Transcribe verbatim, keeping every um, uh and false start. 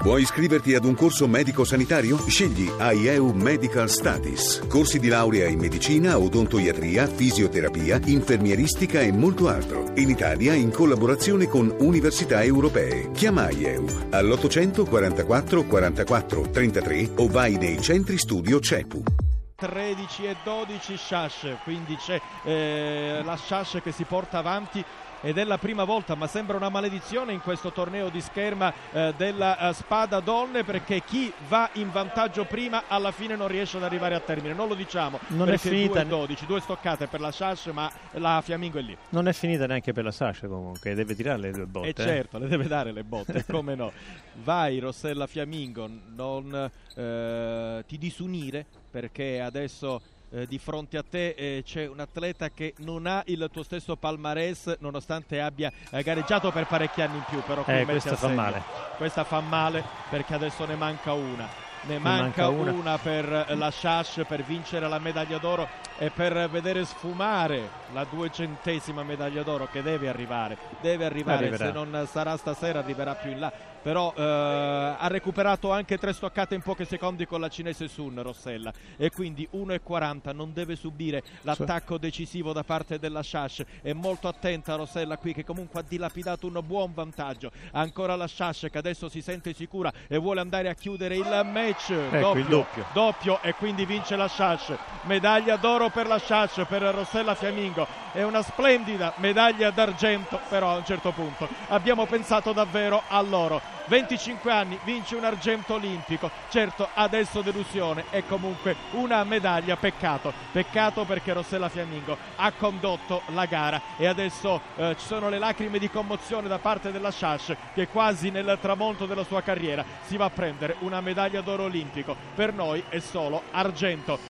Vuoi iscriverti ad un corso medico-sanitario? Scegli AIEU Medical Studies. Corsi di laurea in medicina, odontoiatria, fisioterapia, infermieristica e molto altro. In Italia in collaborazione con università europee. Chiama AIEU all'ottocento quarantaquattro quarantaquattro trentatré o vai nei centri studio CEPU. tredici e dodici Sciascia, quindi c'è eh, la Sciascia che si porta avanti ed è la prima volta, ma sembra una maledizione in questo torneo di scherma eh, della eh, Spada Donne, perché chi va in vantaggio prima alla fine non riesce ad arrivare a termine. Non lo diciamo, non è finita. due dodici, due stoccate per la Sciascia, ma la Fiammingo è lì. Non è finita neanche per la Sciascia, comunque deve tirare le due botte. E eh. certo, le deve dare le botte, come no. Vai Rossella Fiammingo, non eh, ti disunire, perché adesso Eh, di fronte a te eh, c'è un atleta che non ha il tuo stesso palmarès, nonostante abbia eh, gareggiato per parecchi anni in più, però eh, questa fa male. Questa fa male perché adesso ne manca una. Ne, ne manca, manca una. una per la Sciascia per vincere la medaglia d'oro e per vedere sfumare la duecentesima medaglia d'oro che deve arrivare. Deve arrivare, Arriverà. Se non sarà stasera arriverà più in là. Però eh, ha recuperato anche tre stoccate in pochi secondi con la cinese Sun, Rossella, e quindi uno e quaranta, non deve subire l'attacco decisivo da parte della Sciascia. È molto attenta Rossella qui, che comunque ha dilapidato un buon vantaggio. Ancora la Sciascia che adesso si sente sicura e vuole andare a chiudere il match. Ecco, doppio, il doppio. doppio e quindi vince la Sciascia. Medaglia d'oro per la Sciascia, per Rossella Fiammingo. È una splendida medaglia d'argento, però a un certo punto abbiamo pensato davvero a loro. venticinque anni, vince un argento olimpico, certo adesso delusione, è comunque una medaglia, peccato, peccato perché Rossella Fiammingo ha condotto la gara e adesso eh, ci sono le lacrime di commozione da parte della Sciascia, che quasi nel tramonto della sua carriera si va a prendere una medaglia d'oro olimpico. Per noi è solo argento.